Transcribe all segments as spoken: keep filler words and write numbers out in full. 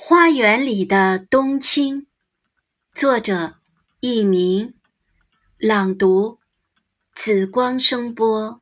花园里的冬青，作者佚名，朗读紫光声波。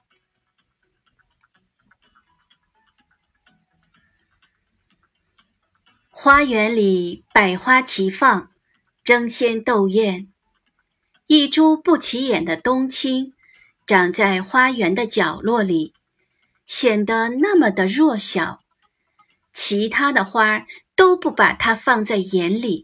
花园里百花齐放，争先斗艳。一株不起眼的冬青长在花园的角落里，显得那么的弱小，其他的花都不把它放在眼里。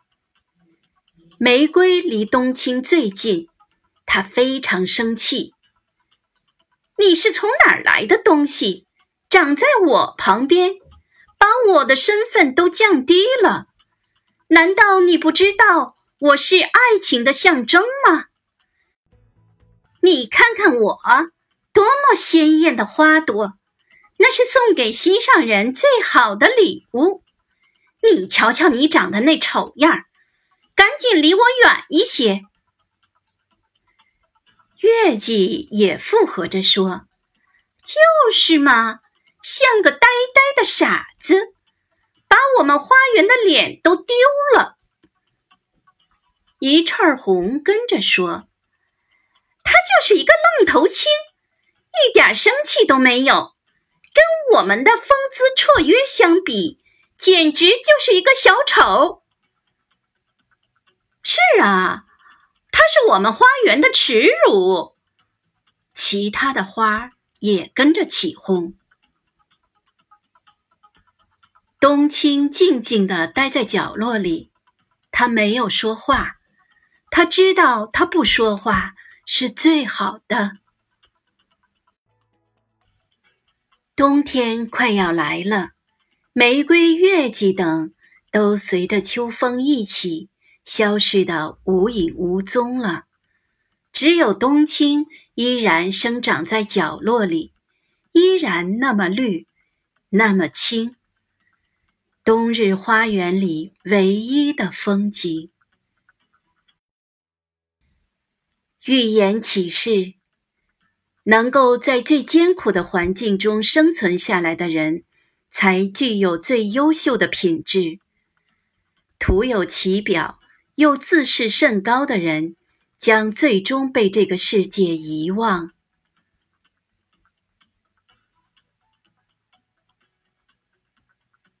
玫瑰离冬青最近，它非常生气。你是从哪儿来的东西，长在我旁边，把我的身份都降低了。难道你不知道我是爱情的象征吗？你看看我，多么鲜艳的花朵，那是送给心上人最好的礼物。你瞧瞧你长得那丑样，赶紧离我远一些。月季也附和着说，就是嘛，像个呆呆的傻子，把我们花园的脸都丢了。一串红跟着说，他就是一个愣头青，一点生气都没有，跟我们的风姿绰约相比，简直就是一个小丑。是啊，他是我们花园的耻辱。其他的花也跟着起哄。冬青静静地待在角落里，他没有说话，他知道他不说话是最好的。冬天快要来了，玫瑰、月季等都随着秋风一起消失得无影无踪了，只有冬青依然生长在角落里，依然那么绿，那么青。冬日花园里唯一的风景。寓言启示：能够在最艰苦的环境中生存下来的人，才具有最优秀的品质。徒有其表又自视甚高的人，将最终被这个世界遗忘。